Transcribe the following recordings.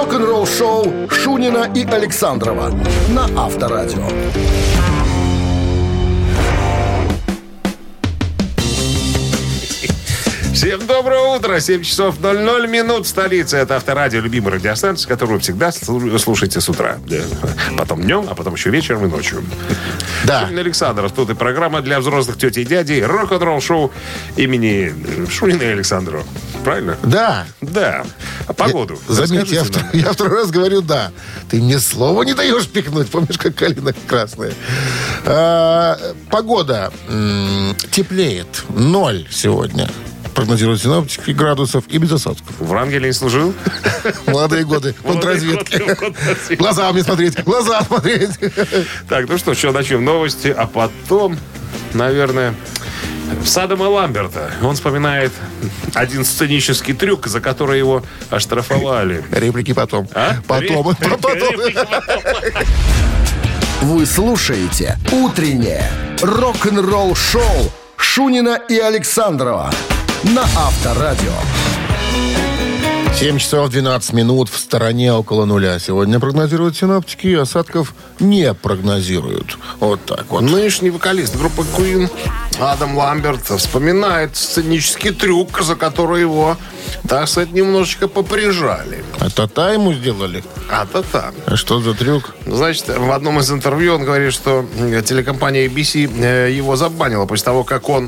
Рок-н-ролл-шоу Шунина и Александрова на Авторадио. Всем доброе утро. 7 часов 00 минут в столице. Это Авторадио, любимая радиостанция, которую вы всегда слушаете с утра. Потом днем, а потом еще вечером и ночью. Да. Шунин Александров. Тут и программа для взрослых тети и дядей. Рок-н-ролл шоу имени Шунина и Александрова. Правильно? Да. Да. А погоду? Заметь, я второй раз говорю «да». Ты мне слова не даешь пикнуть. Помнишь, как калина красная? Погода теплеет. 0 сегодня. Прогнозируют синоптики градусов и без осадков. В Врангеле не служил? Молодые годы. Контрразведки. Глаза мне смотреть. Глаза смотреть. Так, ну что, начнем новости, а потом, наверное, Саддама Ламберта. Он вспоминает один сценический трюк, за который его оштрафовали. Реплики потом. Потом. Вы слушаете «Утреннее рок-н-ролл-шоу» Шунина и Александрова на Авторадио. 7 часов 12 минут, в стороне около нуля. Сегодня прогнозируют синоптики, осадков не прогнозируют. Вот так вот. Нынешний вокалист группы Queen Адам Ламберт вспоминает сценический трюк, за который его, так сказать, немножечко поприжали. А ему сделали? А-та-та. А что за трюк? Значит, в одном из интервью он говорит, что телекомпания ABC его забанила после того, как он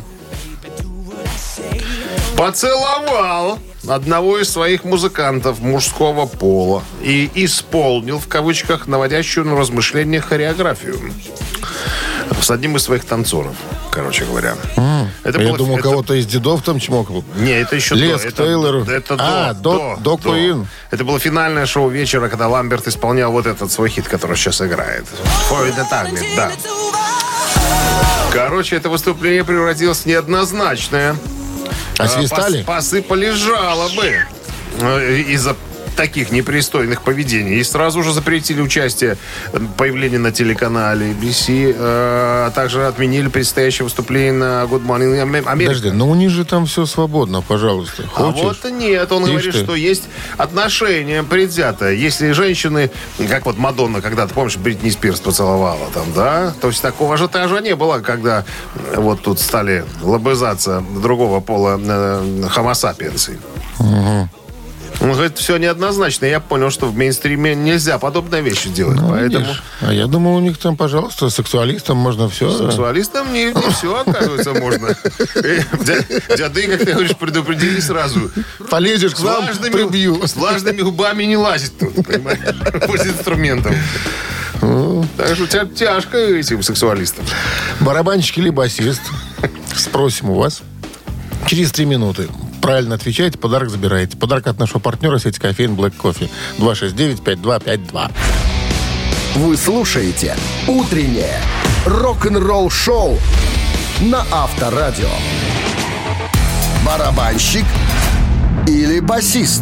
поцеловал одного из своих музыкантов мужского пола и исполнил, в кавычках, наводящую на размышления хореографию с одним из своих танцоров, короче говоря. Я думал, кого-то из дедов там чмокал. Не, это еще Леск, Тейлор. Это до Queen. Это было финальное шоу вечера, когда Ламберт исполнял вот этот свой хит, который сейчас играет. For the Target, да. Короче, это выступление превратилось в неоднозначное. Свистали? Посыпали жалобы из-за таких непристойных поведений. И сразу же запретили появление на телеканале ABC, а также отменили предстоящее выступление на Good Morning America. Подожди, но у них же там все свободно, пожалуйста. Хочешь? А вот нет, он говорит, что есть отношение предвзятое. Если женщины, как вот Мадонна когда-то, помнишь, Бритни Спирс поцеловала там, да? То есть такого ажиотажа не было, когда вот тут стали лобызаться другого пола хомо-сапиенсы. Угу. Он говорит, все неоднозначно. Я понял, что в мейнстриме нельзя подобные вещи делать. Поэтому... А я думал, у них там, пожалуйста, сексуалистам можно все. Сексуалистам не все, оказывается, можно. Дяды, как ты говоришь, предупредили сразу. Полезешь к нам, прибью. С влажными губами не лазить тут, понимаешь? После инструментов. Так что тяжко этим сексуалистам. Барабанщик или басист? Спросим у вас. Через 3 минуты. Правильно отвечаете, подарок забираете. Подарок от нашего партнера сети кофеин Black Coffee. 269-5252. Вы слушаете «Утреннее рок-н-ролл-шоу» на Авторадио. Барабанщик или басист?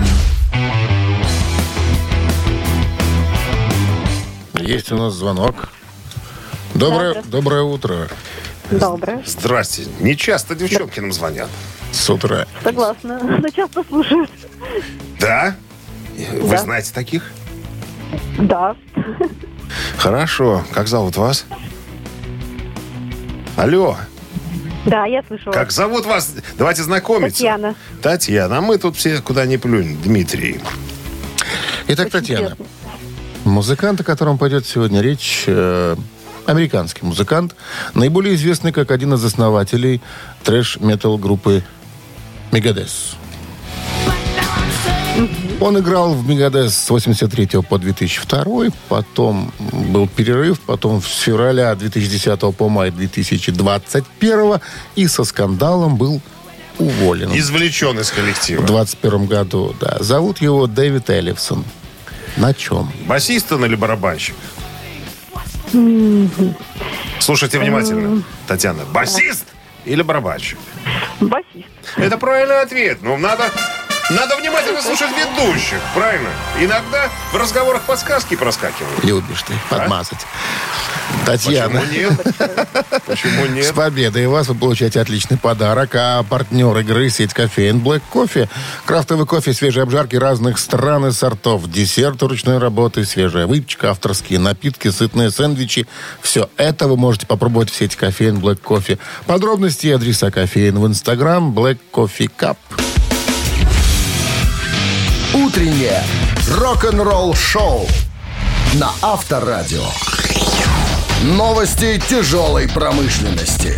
Есть у нас звонок. Доброе утро. Доброе. Здрасте. Не часто девчонки нам звонят. С утра. Согласна. Но часто слушают. Да? Вы Да. знаете таких? Да. Хорошо. Как зовут вас? Алло. Да, я слышала. Как зовут вас? Давайте знакомиться. Татьяна. Татьяна. А мы тут все куда ни плюнь. Дмитрий. Итак, Татьяна. Музыкант, о котором пойдет сегодня речь, американский музыкант, наиболее известный как один из основателей трэш-метал группы Megadeth. Он играл в Megadeth с 83 по 2002, потом был перерыв, потом с февраля 2010 по май 2021 и со скандалом был уволен. Извлечен из коллектива. В 2021 году, да. Зовут его Дэвид Эллифсон. На чем? Басист он или барабанщик? Слушайте внимательно, Татьяна. Басист или барабанщик? Басист. Это правильный ответ. Ну, надо внимательно слушать ведущих, правильно? Иногда в разговорах подсказки проскакивают. Любишь ты подмазать. Татьяна. Почему нет? Почему С нет? победой вас вы получаете отличный подарок. А партнер игры — сеть кофеин Black Coffee. Крафтовый кофе, свежие обжарки разных стран и сортов, десерт ручной работы, свежая выпечка, авторские напитки, сытные сэндвичи. Все это вы можете попробовать в сети кофеин Black Coffee. Подробности и адреса кофеин в Instagram Black Coffee Cup. Утреннее рок-н-ролл-шоу на Авторадио. Новости тяжелой промышленности.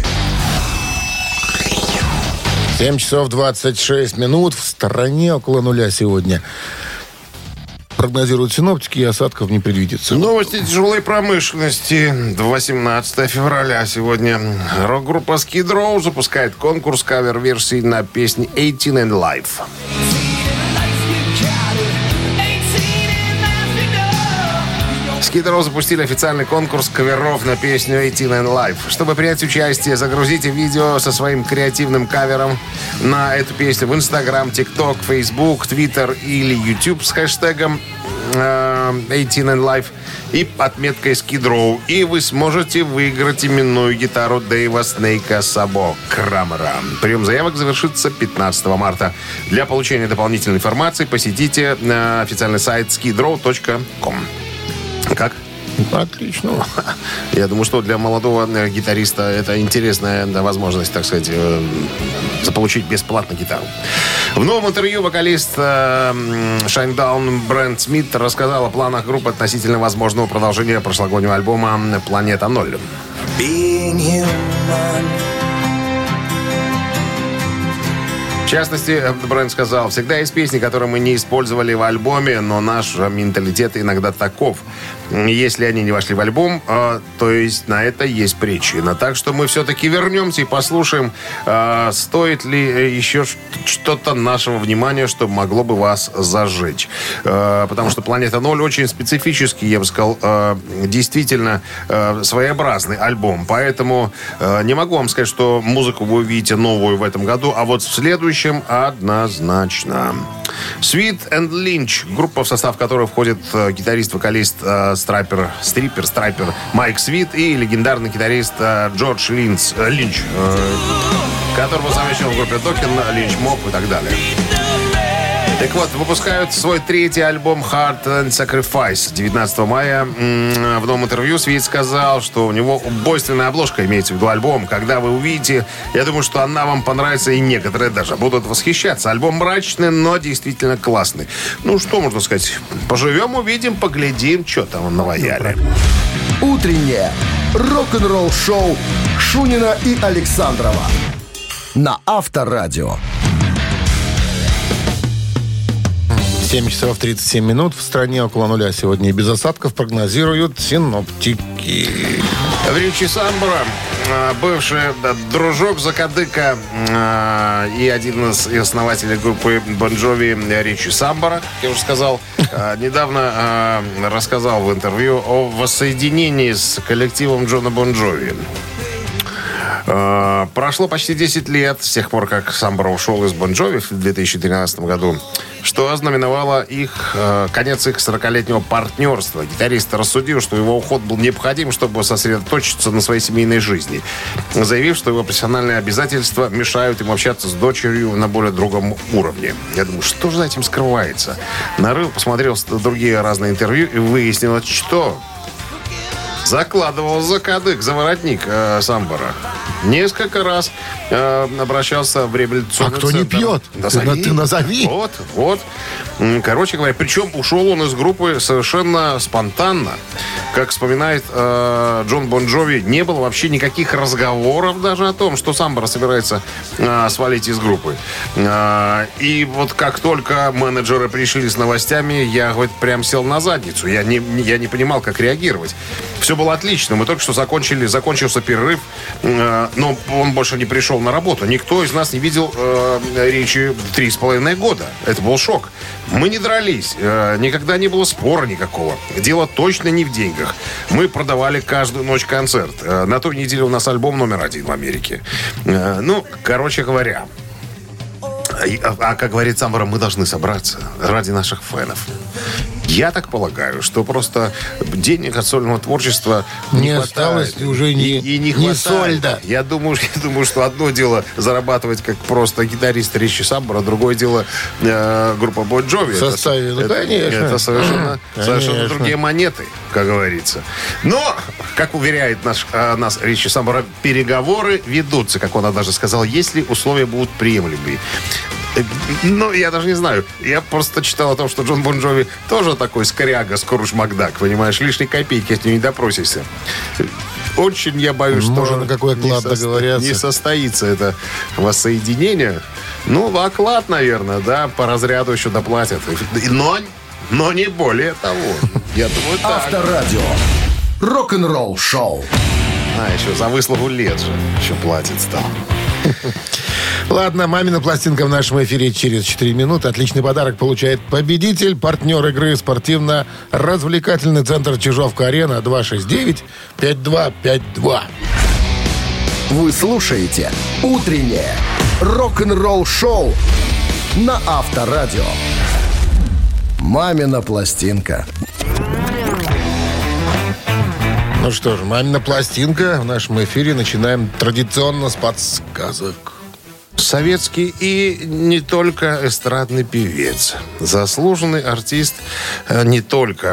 7 часов 26 минут. В стороне около нуля сегодня. Прогнозируют синоптики, и осадков не предвидится. Новости тяжелой промышленности. 18 февраля сегодня. Рок-группа Skid Row запускает конкурс кавер-версий на песни 18 and Life. Skid Row запустили официальный конкурс каверов на песню 18 and Life. Чтобы принять участие, загрузите видео со своим креативным кавером на эту песню в Instagram, TikTok, Facebook, Twitter или YouTube с хэштегом 18 and Life и отметкой Skid Row. И вы сможете выиграть именную гитару Дэйва Снейка Сабо Крамера. Прием заявок завершится 15 марта. Для получения дополнительной информации посетите официальный сайт skidrow.com. Как? Отлично. Я думаю, что для молодого гитариста это интересная возможность, так сказать, заполучить бесплатно гитару. В новом интервью вокалист Shinedown Брэнд Смит рассказал о планах группы относительно возможного продолжения прошлогоднего альбома «Планета 0». В частности, Брэнд сказал: «Всегда есть песни, которые мы не использовали в альбоме, но наш менталитет иногда таков. Если они не вошли в альбом, то есть на это есть причина. Так что мы все-таки вернемся и послушаем, стоит ли еще что-то нашего внимания, что могло бы вас зажечь». Потому что «Планета 0» очень специфический, я бы сказал, действительно своеобразный альбом. Поэтому не могу вам сказать, что музыку вы увидите новую в этом году, а вот в следующем однозначно. Sweet and Lynch, группа, в состав которой входит гитарист-вокалист страйпер Майк Свит и легендарный гитарист Джордж Линч, которого совмещал в группе Токен, Линч Моб и так далее. Так вот, выпускают свой третий альбом Heart and Sacrifice. 19 мая в новом интервью Свит сказал, что у него убойственная обложка, имеется в виду альбом. Когда вы увидите, я думаю, что она вам понравится, и некоторые даже будут восхищаться. Альбом мрачный, но действительно классный. Ну, что можно сказать? Поживем, увидим, поглядим, что там наваяли. Утреннее рок-н-ролл-шоу Шунина и Александрова на Авторадио. 7 часов 37 минут. В стране около нуля сегодня и без осадков прогнозируют синоптики. Ричи Самбора, бывший дружок Закадыка и один из основателей группы Бон Джови Ричи Самбора, как я уже сказал, недавно рассказал в интервью о воссоединении с коллективом Джона Бон Джови. Прошло почти 10 лет с тех пор, как Самбора ушел из Бон Джови в 2013 году, что ознаменовало конец их 40-летнего партнерства. Гитарист рассудил, что его уход был необходим, чтобы сосредоточиться на своей семейной жизни, заявив, что его профессиональные обязательства мешают ему общаться с дочерью на более другом уровне. Я думаю, что же за этим скрывается? Нарыл, посмотрел другие разные интервью и выяснилось, что закладывал за кадык, за воротник Самбора. Несколько раз обращался в реабилитационный центр. А кто не пьет? Ты назови. Вот. Короче говоря, причем ушел он из группы совершенно спонтанно. Как вспоминает Джон Бон Джови, не было вообще никаких разговоров даже о том, что Самбора собирается свалить из группы. И вот как только менеджеры пришли с новостями, я прям сел на задницу. Я не понимал, как реагировать. Все было отлично. Мы только что закончился перерыв, но он больше не пришел на работу. Никто из нас не видел Ричи 3,5 года. Это был шок. Мы не дрались. Никогда не было спора никакого. Дело точно не в деньгах. Мы продавали каждую ночь концерт. На той неделе у нас альбом номер 1 в Америке. Короче говоря. А как говорит Самбора, мы должны собраться ради наших фэнов. Я так полагаю, что просто денег от сольного творчества не осталось, хватает. уже не хватает. сольда. Я думаю, что одно дело зарабатывать как просто гитарист Ричи Самбора, другое дело группа Bon Jovi. В составе, конечно. Это совершенно другие монеты, как говорится. Но, как уверяет нас Ричи Самбора, переговоры ведутся, как он однажды сказал, если условия будут приемлемые. Ну, я даже не знаю. Я просто читал о том, что Джон Бон Джови тоже такой скряга, Скрудж Макдак, понимаешь? Лишней копейки от него не допросишься. Очень я боюсь, что на какой оклад договорятся. не состоится это воссоединение. Ну, оклад, наверное, да, по разряду еще доплатят. Но не более того. Я думаю, так. Авторадио. Рок-н-ролл шоу. Еще за выслугу лет же еще платит стал. Ладно, «Мамина пластинка» в нашем эфире через 4 минуты. Отличный подарок получает победитель, партнер игры спортивно-развлекательный центр «Чижовка-Арена», 269-5252. Вы слушаете «Утреннее рок-н-ролл шоу» на Авторадио. «Мамина пластинка». Ну что ж, «Мамина пластинка» в нашем эфире. Начинаем традиционно с подсказок. Советский и не только эстрадный певец. Заслуженный артист не только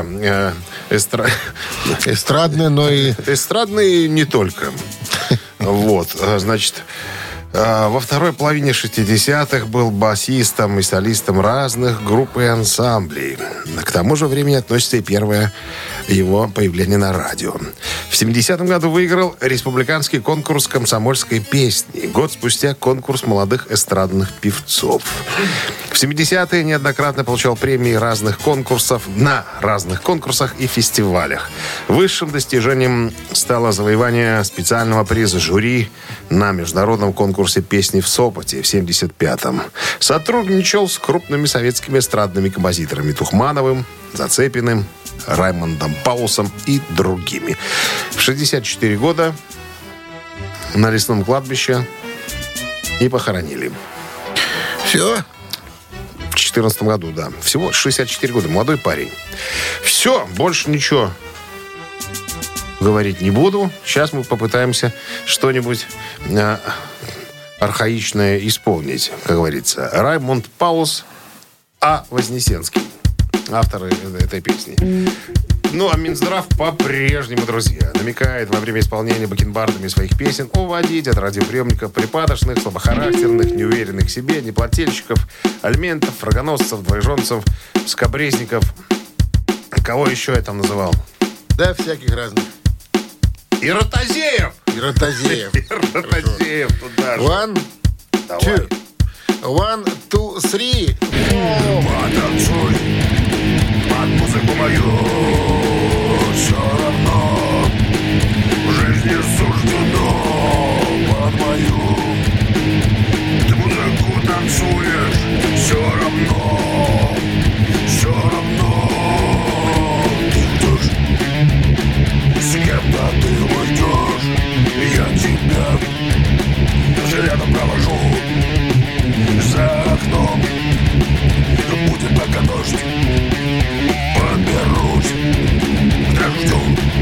эстрадный, но и... Эстрадный не только. Вот, значит... Во второй половине 60-х был басистом и солистом разных групп и ансамблей. К тому же времени относится и первое его появление на радио. В 70-м году выиграл республиканский конкурс комсомольской песни. Год спустя конкурс молодых эстрадных певцов. В 70-е неоднократно получал премии разных конкурсов на разных конкурсах и фестивалях. Высшим достижением стало завоевание специального приза жюри на международном конкурсе песни в Сопоте в 75-м. Сотрудничал с крупными советскими эстрадными композиторами Тухмановым, Зацепиным, Раймондом Паулсом и другими. В 64 года на лесном кладбище и похоронили. Все? В 14 году, да. Всего 64 года. Молодой парень. Все, больше ничего говорить не буду. Сейчас мы попытаемся что-нибудь архаичное исполнить, как говорится. Раймонд Паулс, А. Вознесенский. Авторы этой песни. Ну, а Минздрав по-прежнему, друзья, намекает во время исполнения бакенбардами своих песен уводить от радиоприемников припадочных, слабохарактерных, неуверенных в себе, неплательщиков, алиментов, рогоносцев, двоеженцев, скабрезников. Кого еще я там называл? Да, всяких разных. И ротозеев! И ротозеев. Туда же. One, two. 1, 2, 3. Потанцуй под музыку мою. Все равно в жизни суждено под мою. Ты музыку танцуешь. Все равно ты ждешь. С кем-то ты уйдешь. Я тебя взглядом провожу. За окном будет пока дождь. Подберусь к дождю.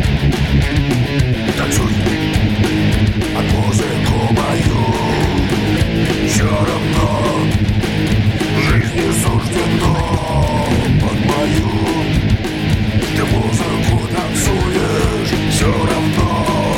Танцуй под музыку мою. Все равно в жизни суждено под мою. Ты музыку танцуешь. Все равно.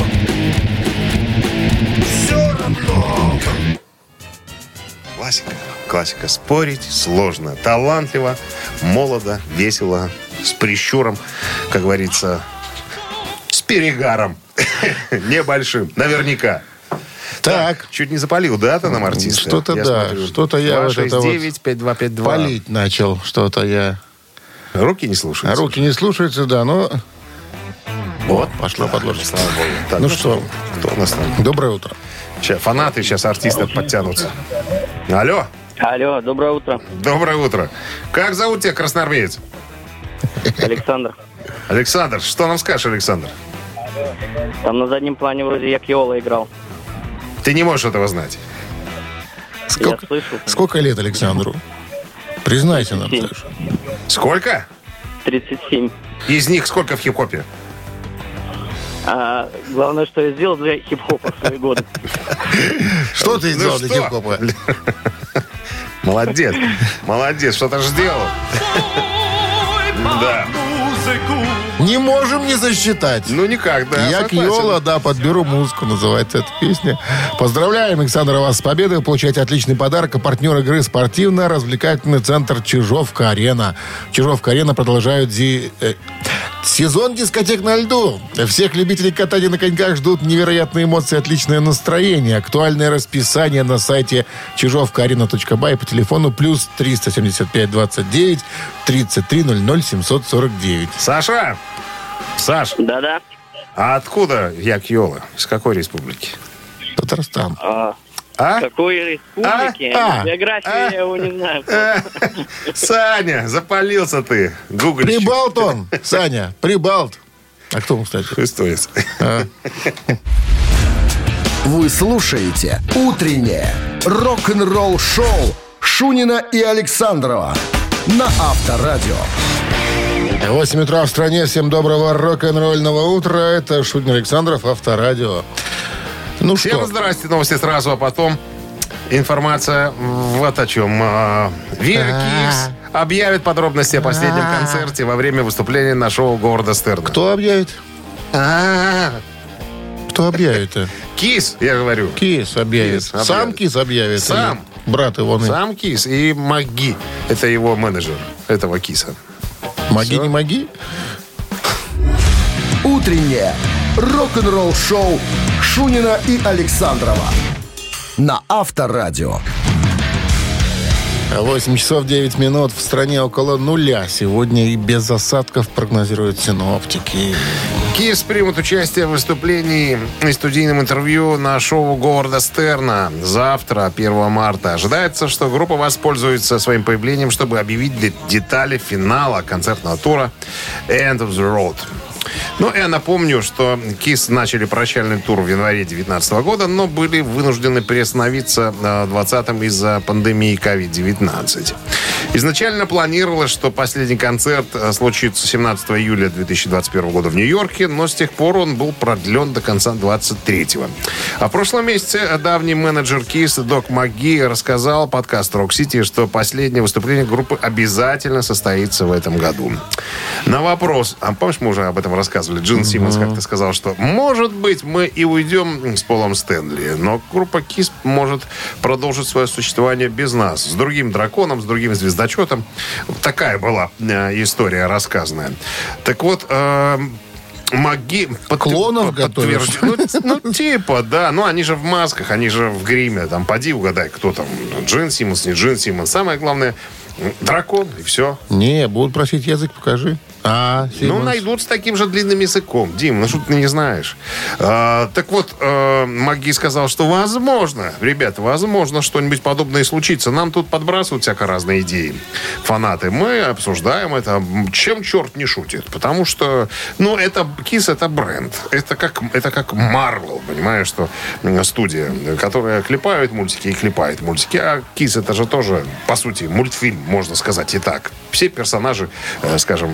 Классика. Спорить сложно. Талантливо, молодо, весело, с прищуром, как говорится, с перегаром. Небольшим, наверняка. Так, чуть не запалил, да, ты нам артиста? Что-то да, что-то я вот это вот 269-5252. палить начал, что-то я. Руки не слушаются. Руки не слушаются, да, но... Вот, пошла подложка. Слава богу. Так, Ну что, кто у нас там? доброе утро. Фанаты сейчас артиста подтянутся. Алло. Алло, доброе утро. Доброе утро. Как зовут тебя, красноармеец? Александр. Александр, что нам скажешь, Александр? Там на заднем плане вроде Якиола играл. Ты не можешь этого знать. Я слышал. Сколько лет Александру? Признайся нам, 37. Саша. Сколько? 37. Из них сколько в хип-хопе? Главное, что я сделал для хип-хопа в свои годы. Что ты сделал для хип-хопа? Молодец. Молодец, что-то же сделал. Да. Не можем не засчитать. Ну, никак, да. Я Йола, да, подберу музыку, называется эта песня. Поздравляем, Александр, вас с победой. Вы получаете отличный подарок. А партнер игры спортивно-развлекательный центр «Чижовка-арена». «Чижовка-арена» продолжают сезон дискотек на льду. Всех любителей катания на коньках ждут невероятные эмоции, отличное настроение. Актуальное расписание на сайте чижовкаарена.бай по телефону плюс 375 29 33 00 749. Саша! Саш, Да-да. а откуда Як Йола? Из какой республики? Татарстан. А? Какой республики? Географию я его не знаю. Саня, запалился ты. Гуглищик. Прибалт он, Саня, Прибалт. А кто он, кстати? Христос. Вы слушаете «Утреннее рок-н-ролл-шоу» Шунина и Александрова на Авторадио. 8 утра в стране. Всем доброго рок-н-ролльного утра. Это Шунин Александров, Авторадио. Ну Всем что? здрасте, новости сразу, а потом информация вот о чем. Вера Кис объявит подробности о последнем концерте во время выступления на шоу Говарда Стерна. Кто объявит? Кто объявит-то? Кис, я говорю. Кис объявит. Кис объявит. Сам Кис объявит? Сам. Или брат Иваны? Сам Кис и Маги. Это его менеджер, этого Киса. Маги Все. не маги? Утреннее рок-н-ролл-шоу Шунина и Александрова на Авторадио. 8 часов 9 минут. В стране около нуля. Сегодня и без осадков прогнозируют синоптики. Кис примут участие в выступлении и студийном интервью на шоу Говарда Стерна завтра, 1 марта. Ожидается, что группа воспользуется своим появлением, чтобы объявить детали финала концертного тура «End of the Road». Ну, я напомню, что Кис начали прощальный тур в январе 2019 года, но были вынуждены приостановиться в 2020 из-за пандемии COVID-19. Изначально планировалось, что последний концерт случится 17 июля 2021 года в Нью-Йорке, но с тех пор он был продлен до конца 23-го. А в прошлом месяце давний менеджер Кис Док Маги рассказал подкасту Rock City, что последнее выступление группы обязательно состоится в этом году. На вопрос, а помнишь, мы уже об этом рассказывали, Джин Симмонс как-то сказал, что может быть мы и уйдем с Полом Стэнли, но группа Кис может продолжить свое существование без нас, с другим драконом, с другим звездочетом. Такая была история рассказанная. Так вот, Маги Клонов подтверждают. Ну, типа, да. Ну, они же в масках, они же в гриме. Там, поди угадай, кто там. Джин Симмонс, не Джин Симмонс. Самое главное, дракон, и все. Не, будут просить язык, покажи. Ну, найдут с таким же длинным языком. Дим, ну что ты не знаешь? Так вот, Маги сказал, что возможно, ребята, возможно, что-нибудь подобное и случится. Нам тут подбрасывают всяко разные идеи. Фанаты. Мы обсуждаем это. Чем черт не шутит? Потому что, ну, это Кис, это бренд. Это как Marvel, понимаешь, что студия, которая клепает мультики и клепает мультики. А Кис, это же тоже, по сути, мультфильм, можно сказать и так. Все персонажи, скажем,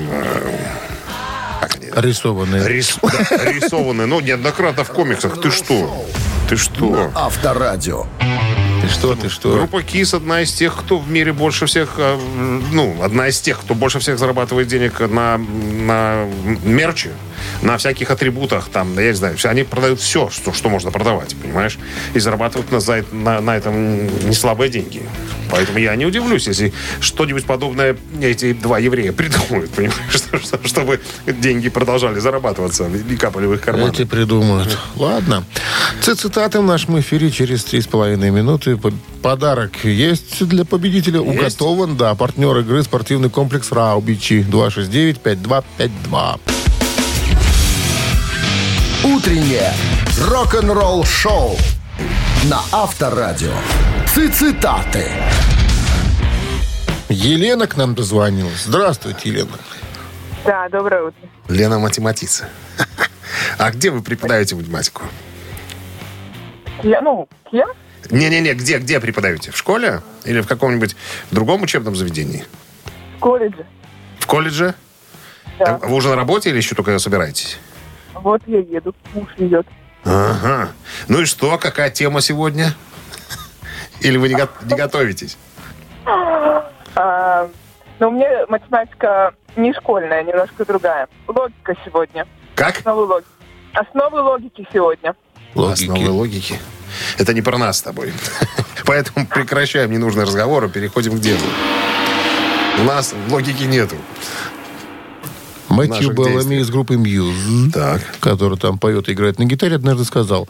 рисованные. Рисованные. Ну, неоднократно в комиксах. Ты что? Авторадио. Ты что? Группа Кис одна из тех, кто в мире больше всех, одна из тех, кто больше всех зарабатывает денег на мерче, на всяких атрибутах, там, я не знаю, они продают все, что можно продавать, понимаешь? И зарабатывают на этом не слабые деньги. Поэтому я не удивлюсь, если что-нибудь подобное эти два еврея придумают, понимаешь? Чтобы деньги продолжали зарабатываться и капали в их карманы. Эти придумают. Ладно. Цитаты в нашем эфире через 3,5 минуты. Подарок есть для победителя. Есть? Уготован, да. Партнер игры спортивный комплекс «Раубичи». 269-5252. Утреннее рок-н-ролл-шоу на Авторадио. Цитаты. Елена к нам дозвонилась. Здравствуйте, Елена. Да, доброе утро. Лена математица. А где вы преподаете математику? Кем? Не-не-не, где преподаете? В школе? Или в каком-нибудь другом учебном заведении? В колледже. В колледже? Да. Вы уже на работе или еще только собираетесь? Вот я еду, муж идет. Ага. Ну и что, какая тема сегодня? Или вы не готовитесь? Но у меня математика не школьная, немножко другая. Логика сегодня. Как? Основы логики сегодня. Основы логики. Это не про нас с тобой. Поэтому прекращаем ненужные разговоры, переходим к делу. У нас логики нету. Мэтью Беллами из группы Muse, который там поет и играет на гитаре, однажды сказал: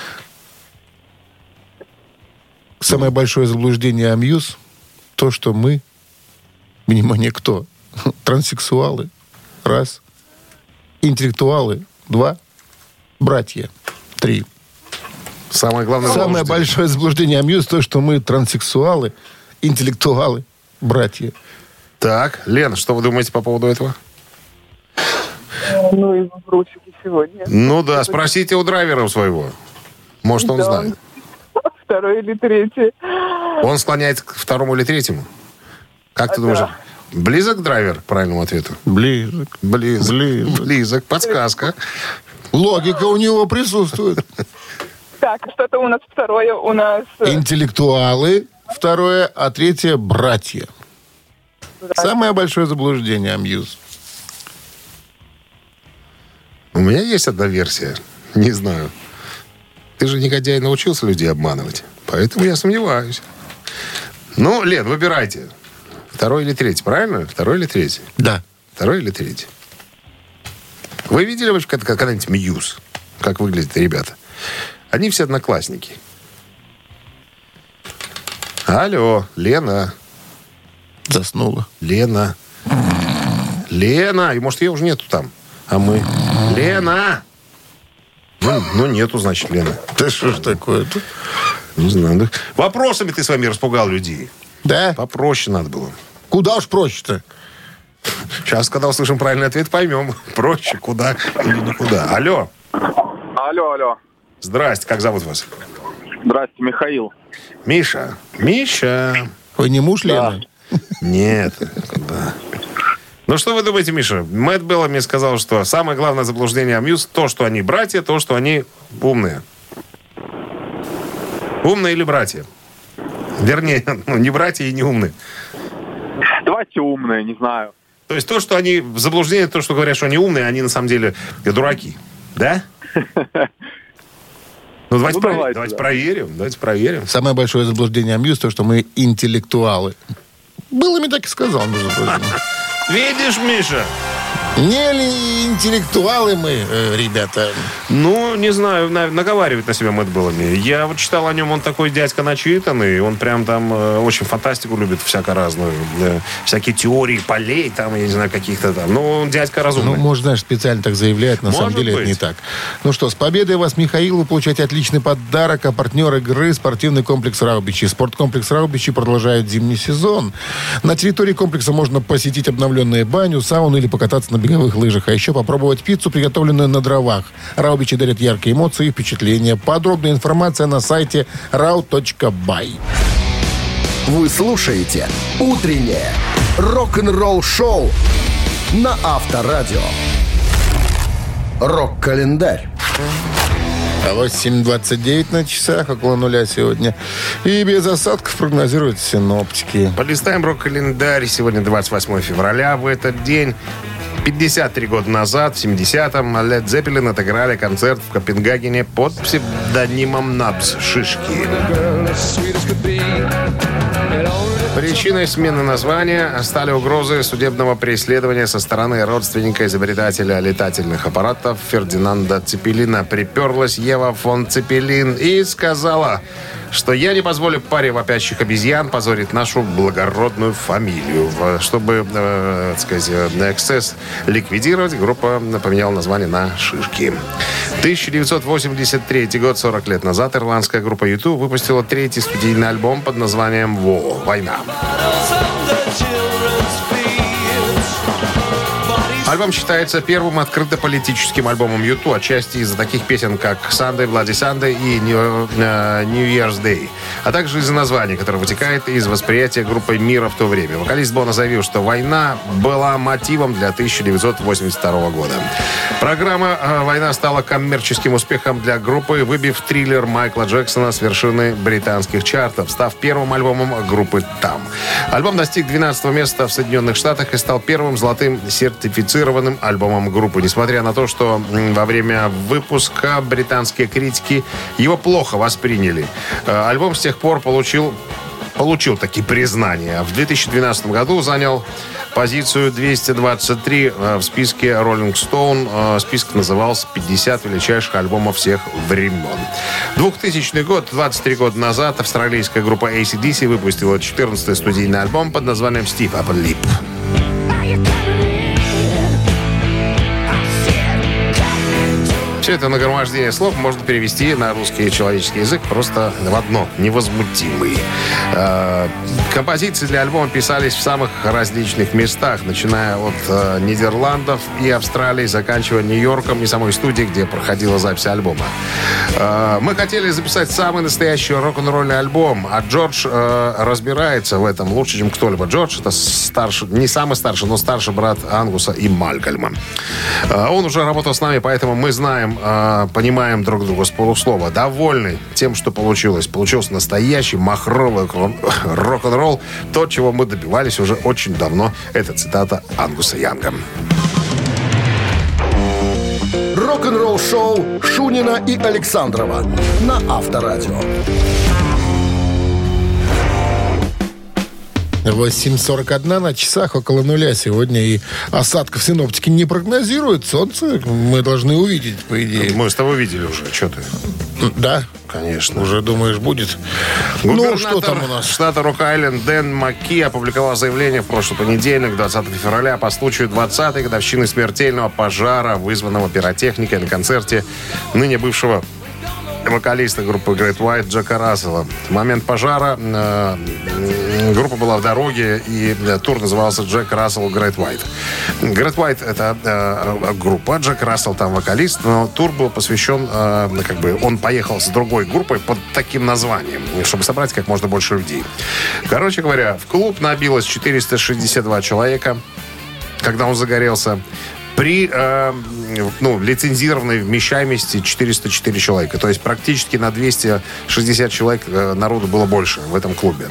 самое большое заблуждение о Muse — то, что мы, внимание, кто? Транссексуалы, раз. Интеллектуалы, два. Братья, три. Самое главное Самое большое заблуждение о Muse — то, что мы транссексуалы, интеллектуалы, братья. Так, Лен, что вы думаете по поводу этого? Ну и вопросики сегодня. Ну да, спросите у драйвера своего. Может, он знает. Второй или третий. Он склоняется к второму или третьему? Как ты думаешь? Близок драйвер к правильному ответу? Близок. Подсказка. Логика у него присутствует. Так, что-то у нас второе, у нас... Интеллектуалы, второе, а третье — братья. Самое большое заблуждение о Muse. У меня есть одна версия. Не знаю. Ты же, негодяй, научился людей обманывать. Поэтому я сомневаюсь. Ну, Лен, выбирайте. Второй или третий, правильно? Второй или третий? Да. Второй или третий? Вы видели вообще когда-нибудь Muse? Как выглядят ребята? Они все одноклассники. Алло, Лена. Заснула. Лена. И может, ее уже нету там. А мы... Лена! Ну, нету, значит, Лена. Да что ж такое-то? Не знаю. Да. Вопросами ты с вами распугал людей. Да? Попроще надо было. Куда уж проще-то? Сейчас, когда услышим правильный ответ, поймем. Проще, куда или никуда. Алло. Алло. Здрасте, как зовут вас? Здрасте, Михаил. Миша. Вы не муж Лены? Нет. Да. Ну, что вы думаете, Миша? Мэтт Беллами сказал, что самое главное заблуждение о Muse — то, что они братья, то, что они умные. Умные или братья? Вернее, не братья и не умные. Давайте умные, не знаю. То есть то, что они... Заблуждение, то, что говорят, что они умные, они на самом деле дураки. Да? Ну, давайте проверим. Давайте проверим. Самое большое заблуждение о Muse — то, что мы интеллектуалы. Беллами так и сказал, между прочим. Видишь, Миша? Не ли интеллектуалы мы, ребята? Ну, не знаю, наговаривает на себя Мэтт Беллами. Я вот читал о нем, он такой дядька начитанный, он прям там очень фантастику любит всяко разную. Всякие теории полей, там, я не знаю, каких-то там. Ну, он дядька разумный. Ну, может, знаешь, специально так заявляет, на самом деле это не так. Ну что, с победой вас, Михаил, вы получаете отличный подарок, а партнер игры — спортивный комплекс «Раубичи». Спорткомплекс «Раубичи» продолжает зимний сезон. На территории комплекса можно посетить обновленную баню, сауну или покататься на беговых лыжах, а еще попробовать пиццу, приготовленную на дровах. Раубичи дарят яркие эмоции и впечатления. Подробная информация на сайте rau.by. Вы слушаете «Утреннее рок-н-ролл-шоу» на Авторадио. Рок-календарь. 8:29 на часах, около нуля сегодня. И без осадков прогнозируют синоптики. Полистаем рок-календарь. Сегодня 28 февраля. В этот день 53 года назад, в 70-м, Led Zeppelin отыграли концерт в Копенгагене под псевдонимом Набс Шишки. Причиной смены названия стали угрозы судебного преследования со стороны родственника изобретателя летательных аппаратов Фердинанда Цепелина. Приперлась Ева фон Цепелин и сказала, что я не позволю паре вопящих обезьян позорить нашу благородную фамилию. Чтобы, так сказать, эксцесс ликвидировать, группа поменяла название на «Шишки». 1983 год, 40 лет назад, ирландская группа U2 выпустила третий студийный альбом под названием «Война». Альбом считается первым открыто политическим альбомом U2, отчасти из-за таких песен, как «Sunday, Bloody Sunday» и «New Year's Day», а также из-за названия, которое вытекает из восприятия группой мира в то время. Вокалист Боно заявил, что война была мотивом для 1982 года. Программа «Война» стала коммерческим успехом для группы, выбив триллер Майкла Джексона с вершины британских чартов, став первым альбомом группы там. Альбом достиг 12-го места в Соединенных Штатах и стал первым золотым сертифицированным альбомом группы. Несмотря на то, что во время выпуска британские критики его плохо восприняли. Альбом с тех пор получил такие признания. В 2012 году занял позицию 223 в списке Rolling Stone. Список назывался «50 величайших альбомов всех времен». 2000 год, 23 года назад, австралийская группа AC/DC выпустила 14-й студийный альбом под названием «Stiff Upper Lip». Все это нагромождение слов можно перевести на русский человеческий язык просто в одно – невозмутимый. Композиции для альбома писались в самых различных местах, начиная от Нидерландов и Австралии, заканчивая Нью-Йорком и самой студией, где проходила запись альбома. Мы хотели записать самый настоящий рок-н-ролльный альбом, а Джордж разбирается в этом лучше, чем кто-либо. Джордж – это старший, не самый старший, но старший брат Ангуса и Малькольма. Он уже работал с нами, поэтому мы знаем, понимаем друг друга с полуслова. Довольны тем, что получилось. Получился настоящий махровый рок-н-ролл. То, чего мы добивались уже очень давно. Это цитата Ангуса Янга. Рок-н-ролл-шоу Шунина и Александрова на Авторадио. 8:41 на часах, около нуля сегодня. И осадков синоптики не прогнозируют. Солнце мы должны увидеть, по идее. Мы с тобой видели уже. Что ты? Да? Конечно. Уже думаешь, будет? Губернатор что там у нас? штата Рок-Айленд Дэн Макки опубликовал заявление в прошлый понедельник, 20 февраля, по случаю 20-й годовщины смертельного пожара, вызванного пиротехникой на концерте ныне бывшего вокалиста группы Great White Джека Рассела. В момент пожара группа была в дороге, и тур назывался Джек Рассел Great White. Great White — это группа, Джек Рассел там вокалист, но тур был посвящен, он поехал с другой группой под таким названием, чтобы собрать как можно больше людей. Короче говоря, в клуб набилось 462 человека, когда он загорелся. При лицензированной вмещаемости 404 человека. То есть практически на 260 человек народу было больше в этом клубе.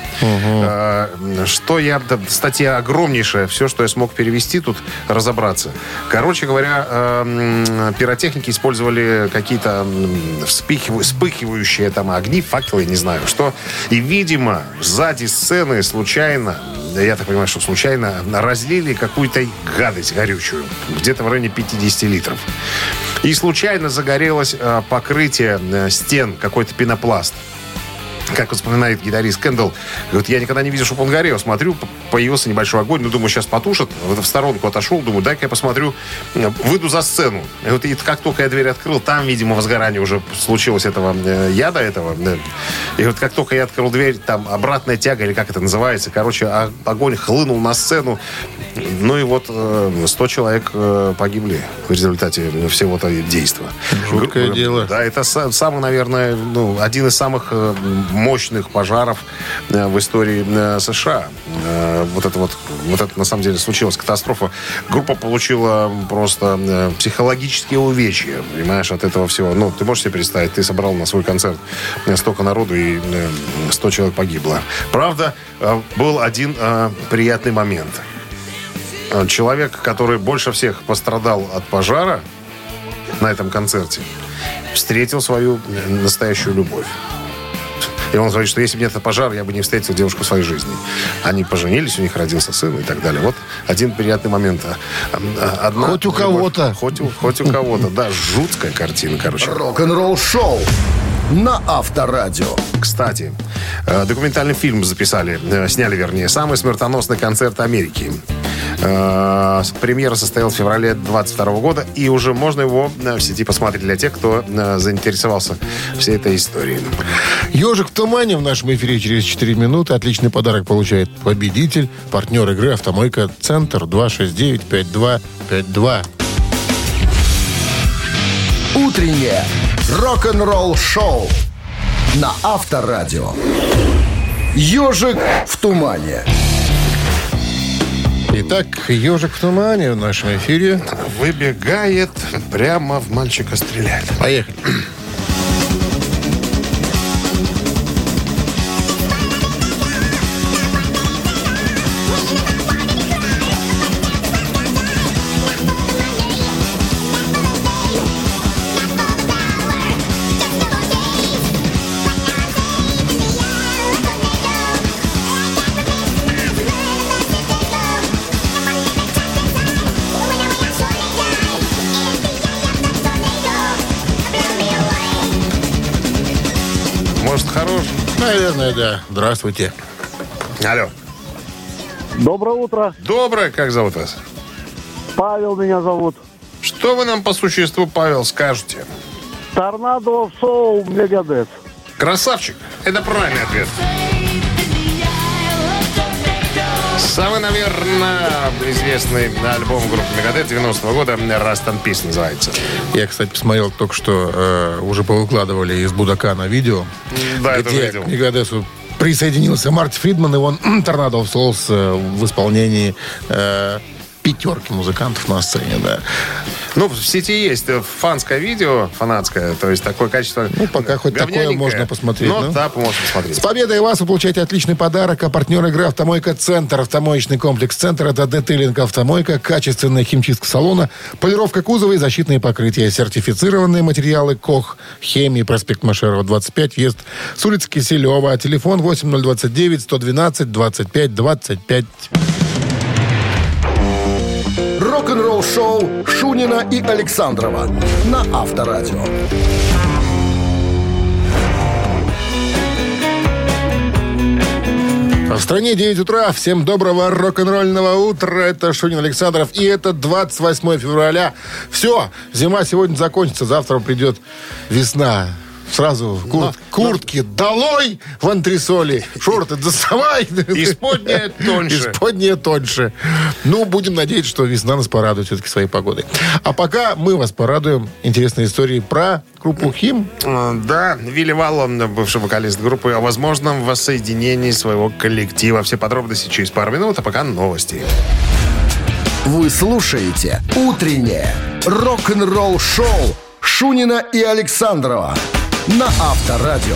Статья огромнейшая. Все, что я смог перевести тут, разобраться. Короче говоря, пиротехники использовали какие-то вспыхивающие там огни, факелы, не знаю что. И, видимо, сзади сцены случайно, я так понимаю, что случайно, разлили какую-то гадость горючую. Где-то в районе 50 литров. И случайно загорелось покрытие стен, какой-то пенопласт. Как вспоминает гитарист Кэндалл, говорит, я никогда не видел, чтобы он горел. Смотрю, появился небольшой огонь, думаю, сейчас потушат. В сторонку отошел, думаю, дай-ка я посмотрю, выйду за сцену. И как только я дверь открыл, там, видимо, возгорание уже случилось этого яда этого. И вот как только я открыл дверь, там обратная тяга, или как это называется, огонь хлынул на сцену. Ну и 100 человек погибли в результате всего этого действа. Жуткое дело. Да, это самый, наверное, один из самых мощных пожаров в истории США. Вот это на самом деле случилась катастрофа. Группа получила просто психологические увечья, понимаешь, от этого всего. Ты можешь себе представить, ты собрал на свой концерт столько народу, и 100 человек погибло. Правда, был один приятный момент. Человек, который больше всех пострадал от пожара на этом концерте, встретил свою настоящую любовь. И он говорит, что если бы не этот пожар, я бы не встретил девушку в своей жизни. Они поженились, у них родился сын и так далее. Вот один приятный момент. Хоть у кого-то. Хоть у кого-то. Да, жуткая картина, короче. Рок-н-ролл шоу на Авторадио. Кстати, документальный фильм сняли, вернее, «Самый смертоносный концерт Америки». Премьера состоялась в феврале 22 года, и уже можно его в сети посмотреть для тех, кто заинтересовался всей этой историей. «Ежик в тумане» в нашем эфире через 4 минуты. Отличный подарок получает победитель, партнер игры «Автомойка Центр», 269-5252. Утреннее рок-н-ролл-шоу на Авторадио. «Ежик в тумане». Итак, «Ежик в тумане» в нашем эфире. Выбегает, прямо в мальчика стреляет. Поехали. Может, хорош? Наверное, да. Здравствуйте. Алло. Доброе утро. Доброе, как зовут вас? Павел меня зовут. Что вы нам по существу, Павел, скажете? Торнадо of Soul Megadeth. Красавчик. Это правильный ответ. Самый, наверное, известный альбом группы Megadeth 90-го года «Rust and Peace» называется. Я, кстати, посмотрел только что, уже повыкладывали из Будакана видео, Да, это где видел. к Мегадесу присоединился Марти Фридман, и он «Торнадо of Souls» в исполнении пятерки музыкантов на сцене, да. Ну, в сети есть фанское видео, фанатское, то есть такое качество. Ну, пока хоть такое говняненькое, можно посмотреть. Но ну. да, можно посмотреть. С победой вас вы получаете отличный подарок. А партнер игры «Автомойка Центр». Автомоечный комплекс «Центр» — это детейлинг «Автомойка», качественная химчистка салона, полировка кузова и защитные покрытия. Сертифицированные материалы «Кох», «Хемии», проспект Машерова, 25, въезд с улицы Киселева. Телефон 8029-112-25-25. Рок-н-ролл-шоу Шунина и Александрова на Авторадио. В стране 9 утра. Всем доброго рок-н-ролльного утра. Это Шунин Александров. И это 28 февраля. Все, зима сегодня закончится. Завтра придет весна. Сразу куртки долой в антресоли. Шорты доставай. Исподняя тоньше. Исподняя тоньше. Ну, будем надеяться, что весна нас порадует все-таки своей погодой. А пока мы вас порадуем интересной историей про группу «Хим». Да, Вилли Валло, бывший вокалист группы, о возможном воссоединении своего коллектива. Все подробности через пару минут, а пока новости. Вы слушаете «Утреннее рок-н-ролл-шоу» Шунина и Александрова на Авторадио.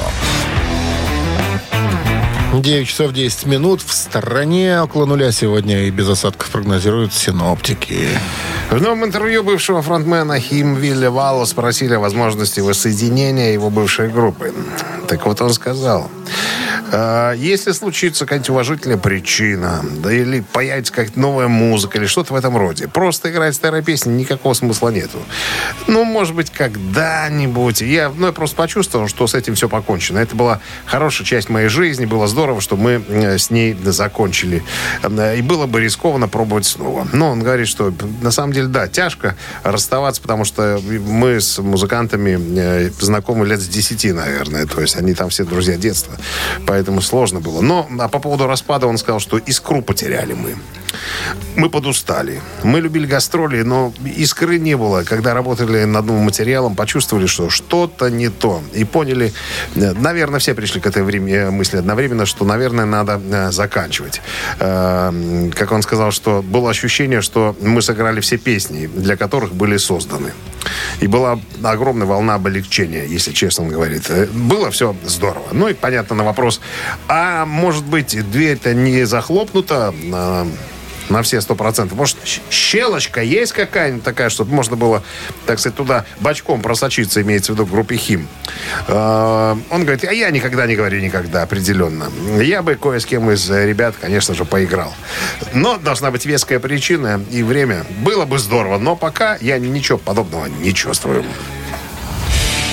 9 часов 10 минут. В стороне около нуля сегодня и без осадков прогнозируют синоптики. В новом интервью бывшего фронтмена «Хим» Вилли Валло спросили о возможности воссоединения его бывшей группы. Так вот он сказал: если случится какая-нибудь уважительная причина, да или появится какая-то новая музыка или что-то в этом роде, просто играть старые песни никакого смысла нету. Ну, может быть, когда-нибудь. Я просто почувствовал, что с этим все покончено. Это была хорошая часть моей жизни, было здорово, что мы с ней закончили. И было бы рискованно пробовать снова. Но он говорит, что на самом деле, да, тяжко расставаться, потому что мы с музыкантами знакомы лет с 10, наверное. То есть они там все друзья детства. Поэтому сложно было. Но по поводу распада он сказал, что искру потеряли мы. Мы подустали. Мы любили гастроли, но искры не было. Когда работали над новым материалом, почувствовали, что что-то не то. И поняли, наверное, все пришли к этой мысли одновременно, что, наверное, надо заканчивать. Как он сказал, что было ощущение, что мы сыграли все песни, для которых были созданы. И была огромная волна облегчения, если честно он говорит. Было все здорово. Ну и понятно на вопрос, а может быть, дверь-то не захлопнута на все 100%. Может, щелочка есть какая-нибудь такая, чтобы можно было, так сказать, туда бочком просочиться, имеется в виду в группе «Хим». Он говорит, а я никогда не говорю никогда, определенно. Я бы кое с кем из ребят, конечно же, поиграл. Но должна быть веская причина и время. Было бы здорово, но пока я ничего подобного не чувствую.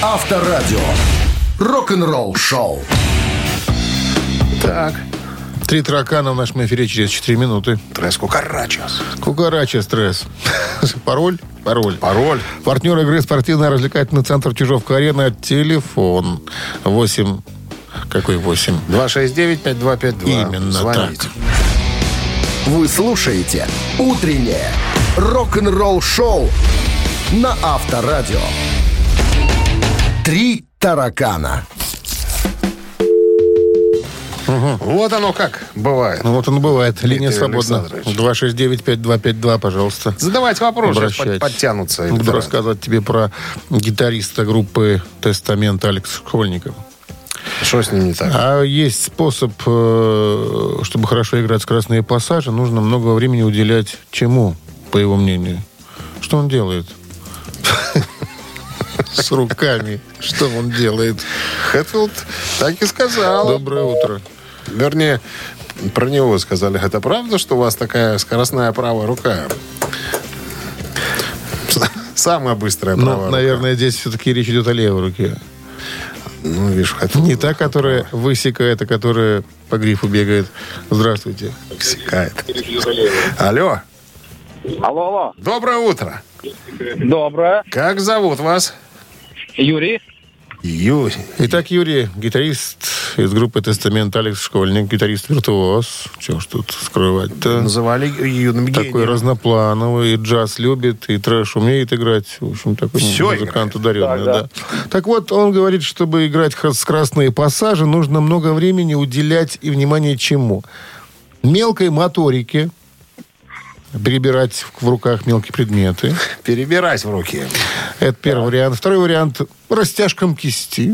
Авторадио. Рок-н-ролл шоу. Так. 3 таракана в нашем эфире через 4 минуты. Трес Кукарачес. Кукарачес стресс. Пароль? Пароль. Пароль. Партнер игры спортивно-развлекательный центр Чижовка-Арена. Телефон 8. Какой 8? 269-5252. Именно Звоните. так. Вы слушаете «Утреннее рок-н-ролл-шоу» на Авторадио. 3 таракана. Вот оно как бывает. Ну вот оно бывает. Линия Дмитрий свободна. Александрович. 269-5252, пожалуйста. Задавайте вопросы, Обращайтесь. подтянутся. Буду электорат. рассказывать тебе про гитариста группы «Тестамент» Алекса Школьникова. Что с ним не так? А есть способ, чтобы хорошо играть скоростные пассажи, нужно много времени уделять чему, по его мнению? Что он делает? С руками. Что он делает? Хэтфилд так и сказал. Доброе утро. Вернее, про него сказали. Это правда, что у вас такая скоростная правая рука? Самая быстрая правая Ну, рука. наверное, здесь все-таки речь идет о левой руке. Ну, видишь, Хэтфилд Не та, которая высекает, а которая по грифу бегает. Здравствуйте. высекает. Алло. Алло. Доброе утро. Доброе. Как зовут вас? Юрий. Юрий. Итак, Юрий, гитарист из группы «Тестамент» Алекс Школьник, гитарист-виртуоз. Чего ж тут скрывать-то? Называли юным Такой гением. разноплановый, и джаз любит, и трэш умеет играть. В общем, такой Всё музыкант играет. ударенный, да. Так вот, он говорит, чтобы играть скоростные пассажи, нужно много времени уделять и внимание чему? Мелкой моторике, перебирать в руках мелкие предметы. Перебирать в руки. Это первый вариант. Второй вариант – растяжкам кисти.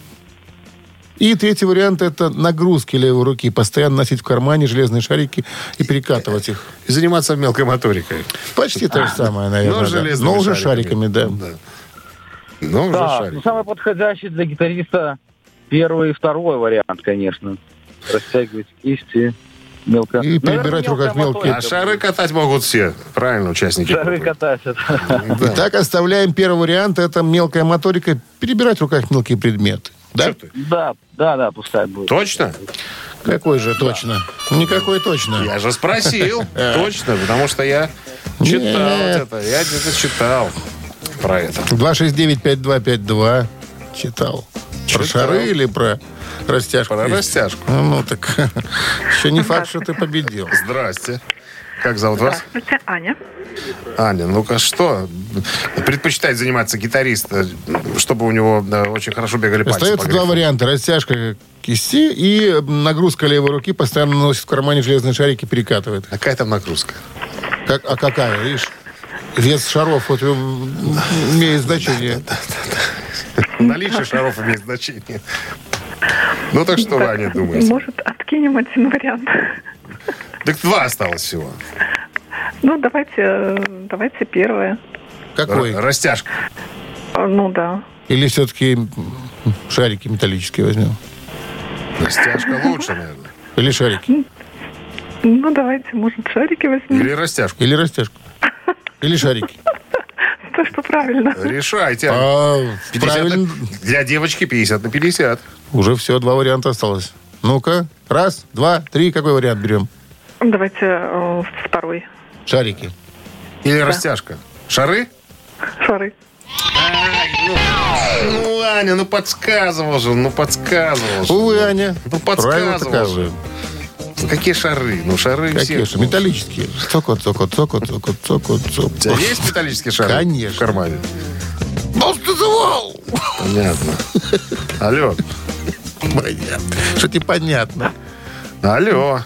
И третий вариант – это нагрузки левой руки. Постоянно носить в кармане железные шарики и перекатывать их. И заниматься мелкой моторикой. Почти то же самое, наверное. Но да. железными Но уже шариками, да. Ну, уже Да, шарик. самый подходящий для гитариста первый и второй вариант, конечно. Растягивать кисти мелко. И перебирать в руках мелкие. А шары катать могут все. Правильно, участники. Шары группы. катать. Итак, оставляем первый вариант. Это мелкая моторика. Перебирать в руках мелкие предметы. Да? Да, пускай будет. Точно? Какой же точно? Никакой точно. Я же спросил. Точно, потому что я читал Нет. это. Я где-то читал про это. 269-5252 читал. Про шары или про растяжку? Про растяжку. Ну, так еще не факт, что ты победил. Здрасте. Как зовут вас? Здравствуйте, Аня. Аня, ну-ка что? Предпочитает заниматься гитарист, чтобы у него очень хорошо бегали пальцы. Остается по два грифу. варианта. Растяжка кисти и нагрузка левой руки. Постоянно носит в кармане железные шарики, перекатывает. Какая там нагрузка? А какая, видишь? Вес шаров вот, имеет значение. Наличие шаров имеет значение. Ну так что, Аня, думаете? Может, откинем один вариант? Так два осталось всего. Ну, давайте первое. Какой? Растяжка. Ну, да. Или все-таки шарики металлические возьмем? Растяжка лучше, наверное. Или шарики? Ну, давайте, может, шарики возьмем. Или растяжку. Или растяжку? Или шарики? То, что правильно. Решайте. А, 50 правильно. Для девочки 50/50. Уже все, два варианта осталось. Ну-ка. Раз, два, три. Какой вариант берем? Давайте второй. Шарики. Или растяжка. Шары? Шары. Ну, Аня, ну подсказывал же. Увы, Аня. Ну, Правильно подсказывал доказываю. же. Ну, какие шары? Ну, шары Какие все. же? Металлические. Цоко. У тебя есть металлические шары? Конечно. В кармане? Ну, ты звал! Понятно. Алло. Понятно. Что тебе понятно? Алло.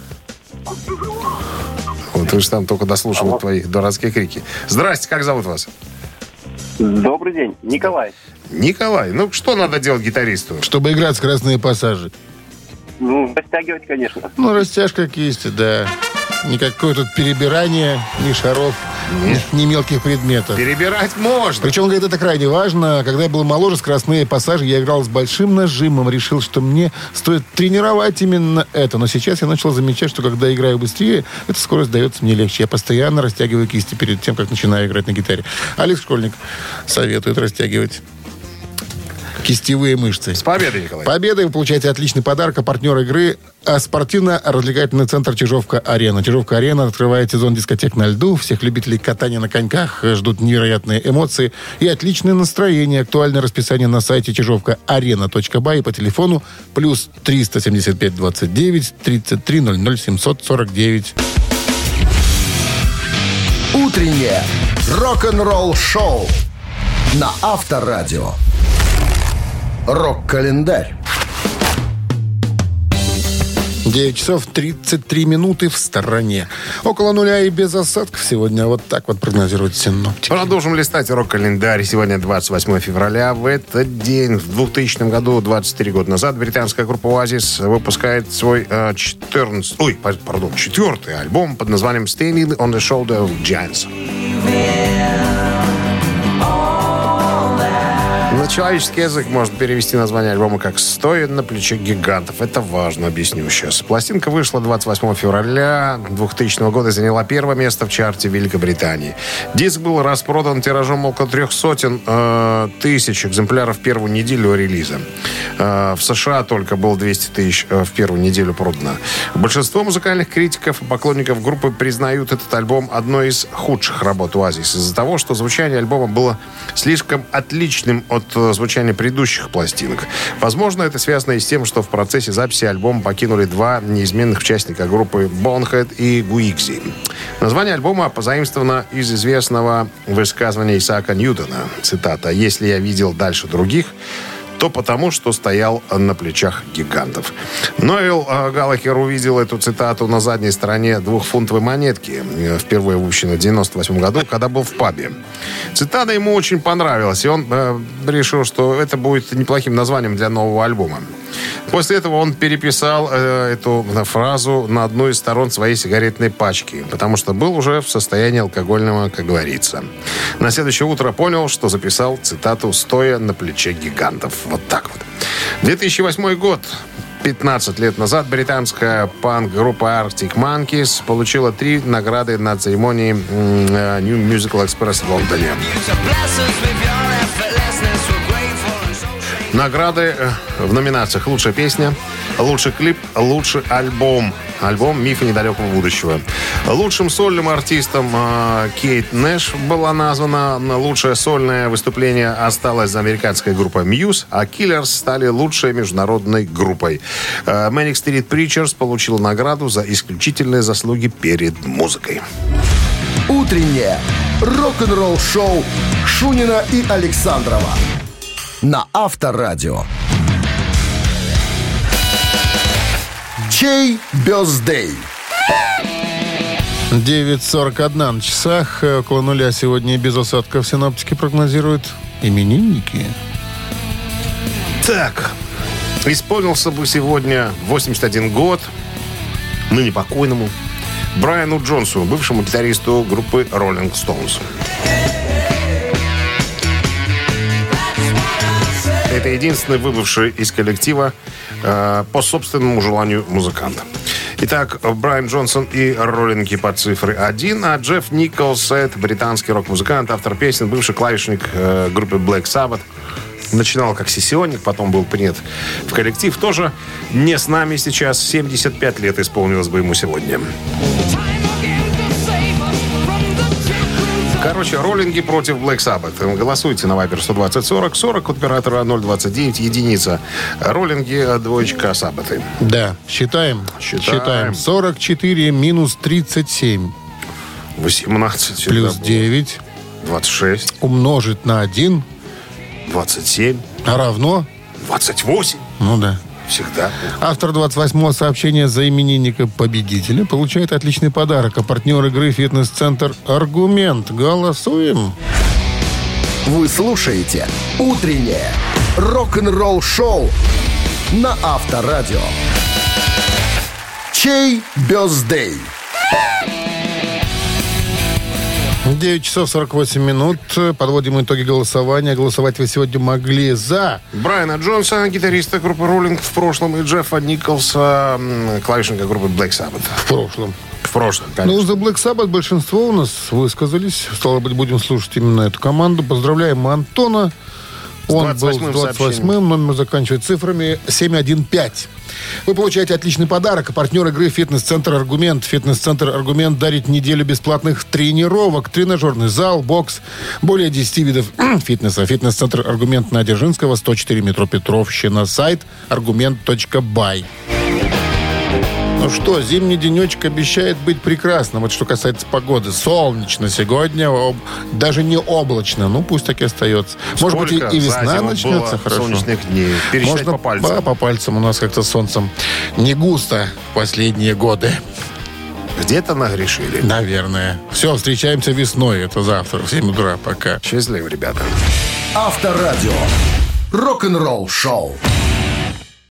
Вот вы же там только дослушивают твои дурацкие крики. Здрасте, как зовут вас? Добрый день, Николай. Николай. Ну, что надо делать гитаристу? Чтобы играть скоростные пассажи. Ну, растягивать, конечно. Ну, растяжка кисти, да. Никакое тут перебирание ни шаров, ни мелких предметов. Перебирать можно. Причем, говорит, это крайне важно. Когда я был моложе, скоростные пассажи я играл с большим нажимом. Решил, что мне стоит тренировать именно это. Но сейчас я начал замечать, что когда играю быстрее, эта скорость дается мне легче. Я постоянно растягиваю кисти перед тем, как начинаю играть на гитаре. Алекс Школьник советует растягивать кистевые мышцы. С победой, Николай. Победой вы получаете отличный подарок. А партнер игры спортивно-развлекательный центр «Чижовка-Арена». «Чижовка-Арена» открывает сезон дискотек на льду. Всех любителей катания на коньках ждут невероятные эмоции и отличное настроение. Актуальное расписание на сайте чижовка-арена.бай и по телефону плюс 375 29 33 00 749. Утреннее рок-н-ролл-шоу на Авторадио. Рок-календарь. 9 часов 33 минуты в стороне. Около нуля и без осадков сегодня. Вот так вот прогнозируют синоптики. Продолжим листать рок-календарь. Сегодня 28 февраля. В этот день, в 2000 году, 24 года назад, британская группа Oasis выпускает свой 4-й альбом под названием «Standing on the Shoulder of Giants». На человеческий язык можно перевести название альбома как «Стоя на плече гигантов». Это важно, объясню сейчас. Пластинка вышла 28 февраля 2000 года и заняла первое место в чарте Великобритании. Диск был распродан тиражом около 300 тысяч экземпляров в первую неделю релиза. В США только было 200 тысяч в первую неделю продано. Большинство музыкальных критиков и поклонников группы признают этот альбом одной из худших работ Oasis из-за того, что звучание альбома было слишком отличным от звучания предыдущих пластинок. Возможно, это связано и с тем, что в процессе записи альбома покинули два неизменных участника группы Bonehead и Guigzi. Название альбома позаимствовано из известного высказывания Исаака Ньютона. Цитата: «Если я видел дальше других, то потому, что стоял на плечах гигантов». Ноэл Галлахер увидел эту цитату на задней стороне 2-фунтовой монетки, впервые выпущенной в 1998 году, когда был в пабе. Цитата ему очень понравилась, и он решил, что это будет неплохим названием для нового альбома. После этого он переписал эту фразу на одну из сторон своей сигаретной пачки, потому что был уже в состоянии алкогольного, как говорится. На следующее утро понял, что записал цитату «стоя на плече гигантов». Вот так вот. 2008 год. 15 лет назад британская панк-группа Arctic Monkeys получила 3 награды на церемонии New Musical Express в Лондоне. Награды в номинациях «Лучшая песня», «Лучший клип», «Лучший альбом». Альбом «Мифы недалекого будущего». Лучшим сольным артистом Кейт Нэш была названа. Лучшее сольное выступление осталось за американской группой Muse, а Killers стали лучшей международной группой. Manic Street Preachers получила награду за исключительные заслуги перед музыкой. Утреннее рок-н-ролл-шоу Шунина и Александрова на Авторадио. Чей бёздей? 9:41 на часах. Около нуля сегодня и без осадков синоптики прогнозируют именинники. Так, исполнился бы сегодня 81 год ныне покойному Брайану Джонсу, бывшему гитаристу группы Rolling Stones. Это единственный выбывший из коллектива по собственному желанию музыканта. Итак, Брайан Джонсон и роллинги по цифре 1, а Джефф Николс — это британский рок-музыкант, автор песен, бывший клавишник группы Black Sabbath. Начинал как сессионник, потом был принят в коллектив. Тоже не с нами сейчас. 75 лет исполнилось бы ему сегодня. Короче, роллинги против Black Sabbath. Голосуйте на Viber 120-40-40, оператора 029, единица. Роллинги, двоечка, Саббаты. Да, считаем. 44 минус 37. 18. Плюс 9. 26. Умножить на 1. 27. А равно? 28. Ну да. Всегда. Автор 28-го сообщения за именинника победителя получает отличный подарок. А партнер игры «Фитнес-центр Аргумент». Голосуем. Вы слушаете «Утреннее рок-н-ролл-шоу» на Авторадио. Чей бёздей? 9 часов 48 минут. Подводим итоги голосования. Голосовать вы сегодня могли за Брайана Джонсона, гитариста группы Rolling в прошлом, и Джеффа Николса, клавишника группы Black Sabbath. В прошлом, конечно. Ну, за Black Sabbath большинство у нас высказались. Стало быть, будем слушать именно эту команду. Поздравляем Антона. Он был с 28-м, номер заканчивает цифрами 715. Вы получаете отличный подарок. Партнер игры «Фитнес-центр Аргумент». «Фитнес-центр Аргумент» дарит неделю бесплатных тренировок. Тренажерный зал, бокс, более 10 видов фитнеса. «Фитнес-центр Аргумент» на Дзержинского, 104, метро Петровщина. Сайт argument.by. Ну что, зимний денечек обещает быть прекрасным. Вот что касается погоды. Солнечно сегодня, даже не облачно. Ну, пусть так и остается. Может быть, и весна начнется хорошо. Солнечных дней. Пересчитать по пальцам. По пальцам. У нас как-то солнцем не густо последние годы. Где-то нагрешили. Наверное. Все, встречаемся весной. Это завтра в 7 утра. Пока. Счастливо, ребята. Авторадио. Рок-н-ролл шоу.